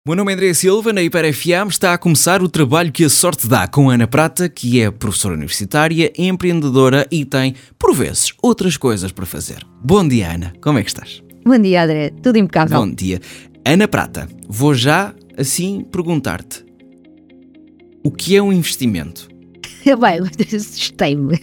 O meu nome é André Silva, na Hiper FM está a começar o trabalho que a sorte dá com Ana Prata, que é professora universitária, empreendedora e tem, por vezes, outras coisas para fazer. Bom dia, Ana. Como é que estás? Bom dia, André. Tudo impecável. Bom dia. Ana Prata, vou já, assim, perguntar-te. O que é um investimento? Bem, assustei-me.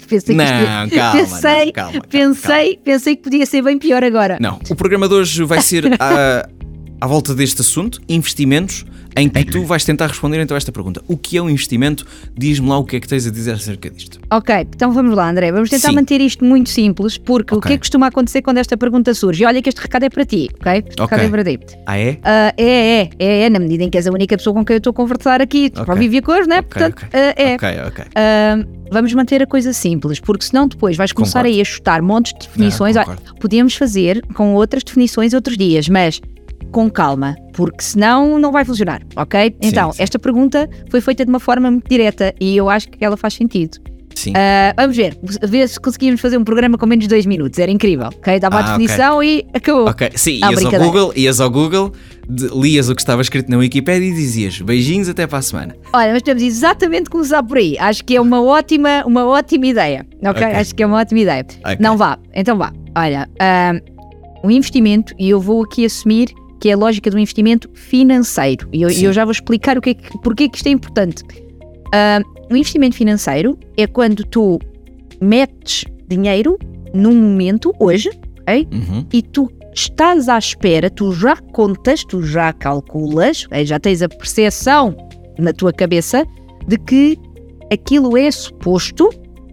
Pensei que podia ser bem pior agora. Não, o programa de hoje vai ser à volta deste assunto, investimentos, em que tu vais tentar responder então a esta pergunta. O que é um investimento? Diz-me lá o que é que tens a dizer acerca disto. Ok, então vamos lá, André. Vamos tentar manter isto muito simples, porque o que é que costuma acontecer quando esta pergunta surge? E olha que este recado é para ti, ok? Este recado é para ti. Ah, é? É, na medida em que és a única pessoa com quem eu estou a conversar aqui, para viver cores, né? Portanto, Ok. Vamos manter a coisa simples, porque senão depois vais começar aí a chutar montes de definições. Podíamos fazer com outras definições outros dias, mas com calma, porque senão não vai funcionar, ok? Então, sim. Esta pergunta foi feita de uma forma muito direta e eu acho que ela faz sentido. Sim. Vamos ver se conseguíamos fazer um programa com menos de 2 minutos, era incrível, ok? Dava a definição e acabou. Ok, sim, ias ao Google, lias o que estava escrito na Wikipédia e dizias beijinhos até para a semana. Olha, mas temos exatamente começar por aí, acho que é uma ótima ideia, ok? Acho que é uma ótima ideia. Não vá, então vá. Olha, um investimento, e eu vou aqui assumir que é a lógica do investimento financeiro. E eu já vou explicar porque que isto é importante. O investimento financeiro é quando tu metes dinheiro num momento, hoje, okay? E tu estás à espera, tu já contas, tu já calculas, já tens a percepção na tua cabeça de que aquilo é suposto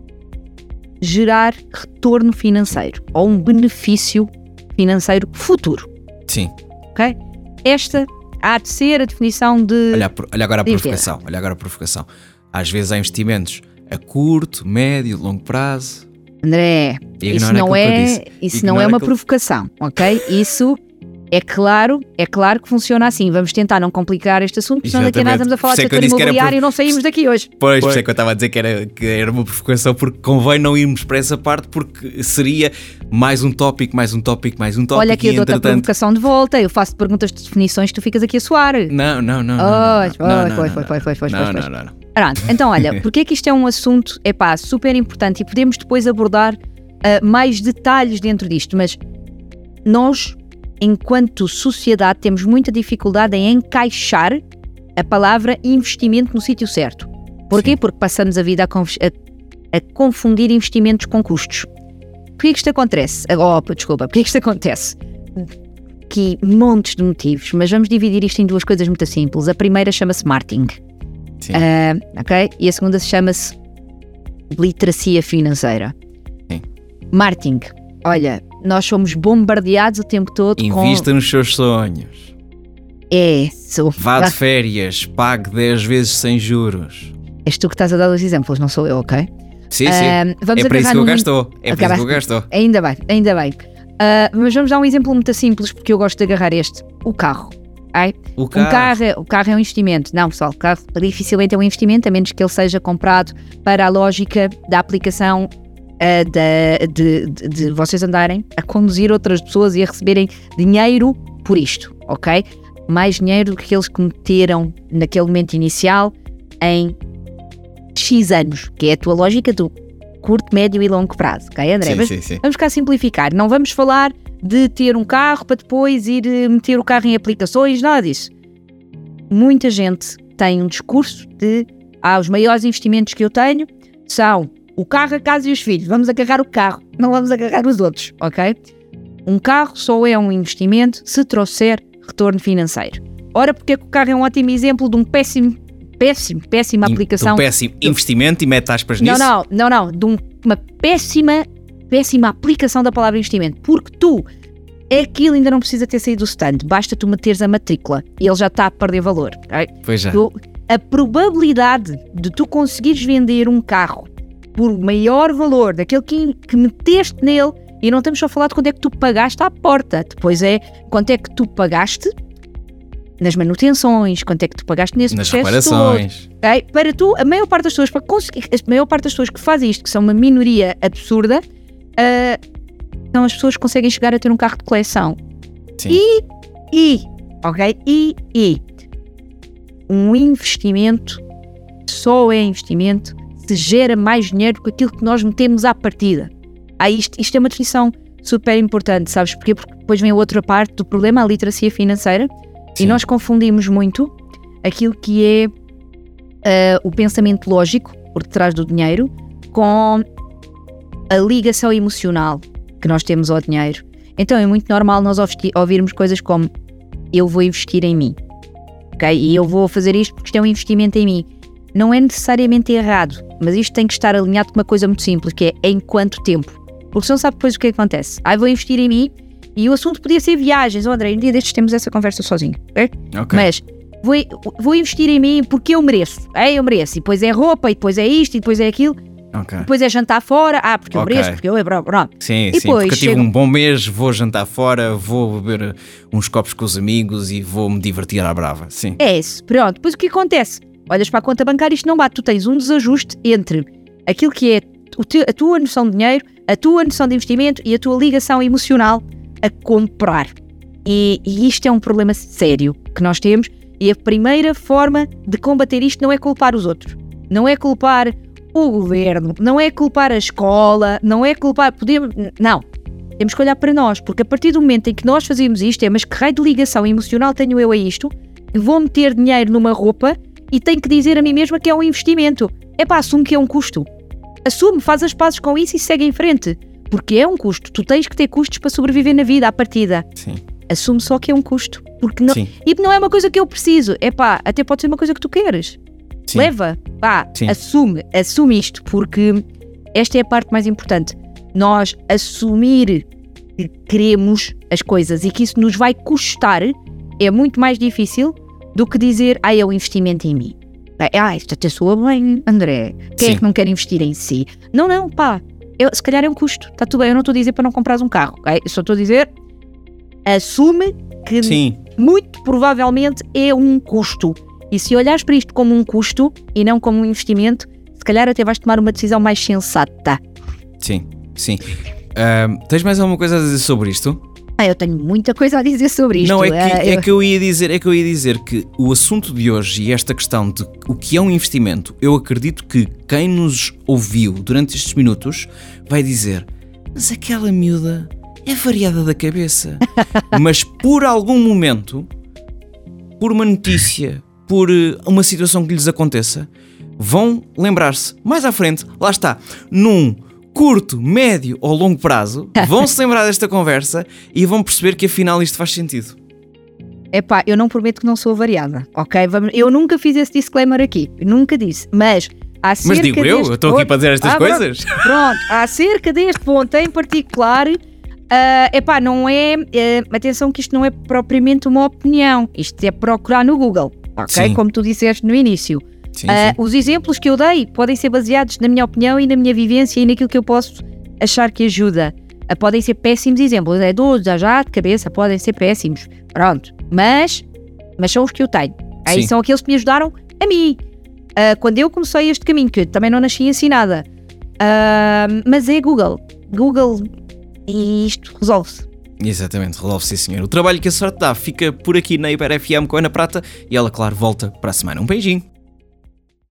gerar retorno financeiro ou um benefício financeiro futuro. Sim. Okay? Esta há de ser a definição de... Olha agora a provocação. Às vezes há investimentos a curto, médio, longo prazo. André, isso não é uma provocação, ok? Isso é claro que funciona assim. Vamos tentar não complicar este assunto, senão daqui a nada estamos a falar de setor imobiliário e não saímos daqui hoje. Por isso é que eu estava a dizer que era uma provocação, porque convém não irmos para essa parte, porque seria mais um tópico. Olha aqui, eu dou-te a provocação de volta, eu faço perguntas de definições, tu ficas aqui a suar. Não. Pronto, então olha, porque é que isto é um assunto, super importante e podemos depois abordar mais detalhes dentro disto, mas nós, enquanto sociedade, temos muita dificuldade em encaixar a palavra investimento no sítio certo. Porquê? Sim. Porque passamos a vida a confundir investimentos com custos. Porquê que isto acontece? Porquê que isto acontece? Aqui montes de motivos, mas vamos dividir isto em duas coisas muito simples. A primeira chama-se marketing. Sim. Ok? E a segunda chama-se literacia financeira. Sim. Marketing. Olha, nós somos bombardeados o tempo todo Invista nos seus sonhos. Vá de férias, pague 10 vezes sem juros. És tu que estás a dar os exemplos, não sou eu, ok? Sim. É para isso que eu gastou. Ainda bem. Mas vamos dar um exemplo muito simples, porque eu gosto de agarrar este. O carro. O carro é um investimento. Não, pessoal, o carro dificilmente é um investimento, a menos que ele seja comprado para a lógica da aplicação de vocês andarem a conduzir outras pessoas e a receberem dinheiro por isto, ok? Mais dinheiro do que eles que meteram naquele momento inicial em X anos, que é a tua lógica do curto, médio e longo prazo, ok, André? Sim. Vamos cá simplificar, não vamos falar de ter um carro para depois ir meter o carro em aplicações, nada disso. Muita gente tem um discurso de os maiores investimentos que eu tenho são o carro, a casa e os filhos. Vamos agarrar o carro, não vamos agarrar os outros, ok? Um carro só é um investimento se trouxer retorno financeiro. Ora, porque é que o carro é um ótimo exemplo de um péssima aplicação? De um péssimo investimento, e mete aspas nisso? Não. De uma péssima aplicação da palavra investimento. Porque aquilo ainda não precisa ter saído do stand. Basta tu meteres a matrícula e ele já está a perder valor, ok? Pois já. A probabilidade de tu conseguires vender um carro por maior valor daquele que meteste nele, e não estamos só a falar de quanto é que tu pagaste à porta, depois é quanto é que tu pagaste nas manutenções, quanto é que tu pagaste nesse nas processo todo. Okay? Para tu, a maior parte das pessoas que fazem isto, que são uma minoria absurda, são as pessoas que conseguem chegar a ter um carro de coleção. Sim. E um investimento só é investimento se gera mais dinheiro do que aquilo que nós metemos à partida. Isto é uma definição super importante, sabes porquê? Porque depois vem a outra parte do problema, a literacia financeira. Sim. E nós confundimos muito aquilo que é o pensamento lógico por detrás do dinheiro com a ligação emocional que nós temos ao dinheiro. Então é muito normal nós ouvirmos coisas como eu vou investir em mim, ok? E eu vou fazer isto porque isto é um investimento em mim. Não é necessariamente errado, mas isto tem que estar alinhado com uma coisa muito simples, que é em quanto tempo. Porque você não sabe depois o que acontece. Vou investir em mim e o assunto podia ser viagens. André, um dia destes temos essa conversa sozinho, ok? Mas vou investir em mim porque eu mereço. Eu mereço. E depois é roupa, e depois é isto, e depois é aquilo. Okay. Depois é jantar fora. Porque eu mereço, porque eu... Pronto. Sim, porque eu tive um bom mês, vou jantar fora, vou beber uns copos com os amigos e vou me divertir à brava. Sim. É isso. Pronto. Depois o que acontece? Olhas para a conta bancária e isto não bate. Tu tens um desajuste entre aquilo que é a tua noção de dinheiro, a tua noção de investimento e a tua ligação emocional a comprar. E isto é um problema sério que nós temos, e a primeira forma de combater isto não é culpar os outros, não é culpar o governo, não é culpar a escola, não é culpar... Não, temos que olhar para nós, porque a partir do momento em que nós fazemos isto, mas que raio de ligação emocional tenho eu a isto? Vou meter dinheiro numa roupa e tenho que dizer a mim mesma que é um investimento. Assume que é um custo. Assume, faz as pazes com isso e segue em frente. Porque é um custo. Tu tens que ter custos para sobreviver na vida, à partida. Sim. Assume só que é um custo. Porque não, Sim. E não é uma coisa que eu preciso. Até pode ser uma coisa que tu queres. Sim. Leva. Assume isto. Porque esta é a parte mais importante. Nós assumir que queremos as coisas e que isso nos vai custar é muito mais difícil do que dizer, é um investimento em mim. Isto até soa bem, André. Quem é que não quer investir em si? Não, se calhar é um custo. Está tudo bem, eu não estou a dizer para não comprares um carro, ok? Eu só estou a dizer, assume que muito provavelmente é um custo. E se olhares para isto como um custo e não como um investimento, se calhar até vais tomar uma decisão mais sensata. Sim. Tens mais alguma coisa a dizer sobre isto? Eu tenho muita coisa a dizer sobre isto. Não, é que eu ia dizer que o assunto de hoje e esta questão de o que é um investimento, eu acredito que quem nos ouviu durante estes minutos vai dizer, mas aquela miúda é variada da cabeça. Mas por algum momento, por uma notícia, por uma situação que lhes aconteça, vão lembrar-se, mais à frente, lá está, num curto, médio ou longo prazo, vão-se lembrar desta conversa e vão perceber que afinal isto faz sentido. Eu não prometo que não sou variada, ok? Eu nunca fiz esse disclaimer aqui, nunca disse, mas acerca Mas digo eu estou aqui para dizer estas coisas. Pronto, acerca deste ponto em particular, não é, atenção que isto não é propriamente uma opinião, isto é procurar no Google, ok? Sim. Como tu disseste no início. Sim. Os exemplos que eu dei podem ser baseados na minha opinião e na minha vivência e naquilo que eu posso achar que ajuda. Podem ser péssimos exemplos, já de cabeça, podem ser péssimos, pronto, mas são os que eu tenho. Aí são aqueles que me ajudaram a mim, quando eu comecei este caminho, que eu também não nasci ensinada, mas é Google e isto resolve-se. Exatamente, resolve-se, sim, senhor. O trabalho que a sorte dá fica por aqui na Hiper FM com a Ana Prata e ela, claro, volta para a semana. Um beijinho.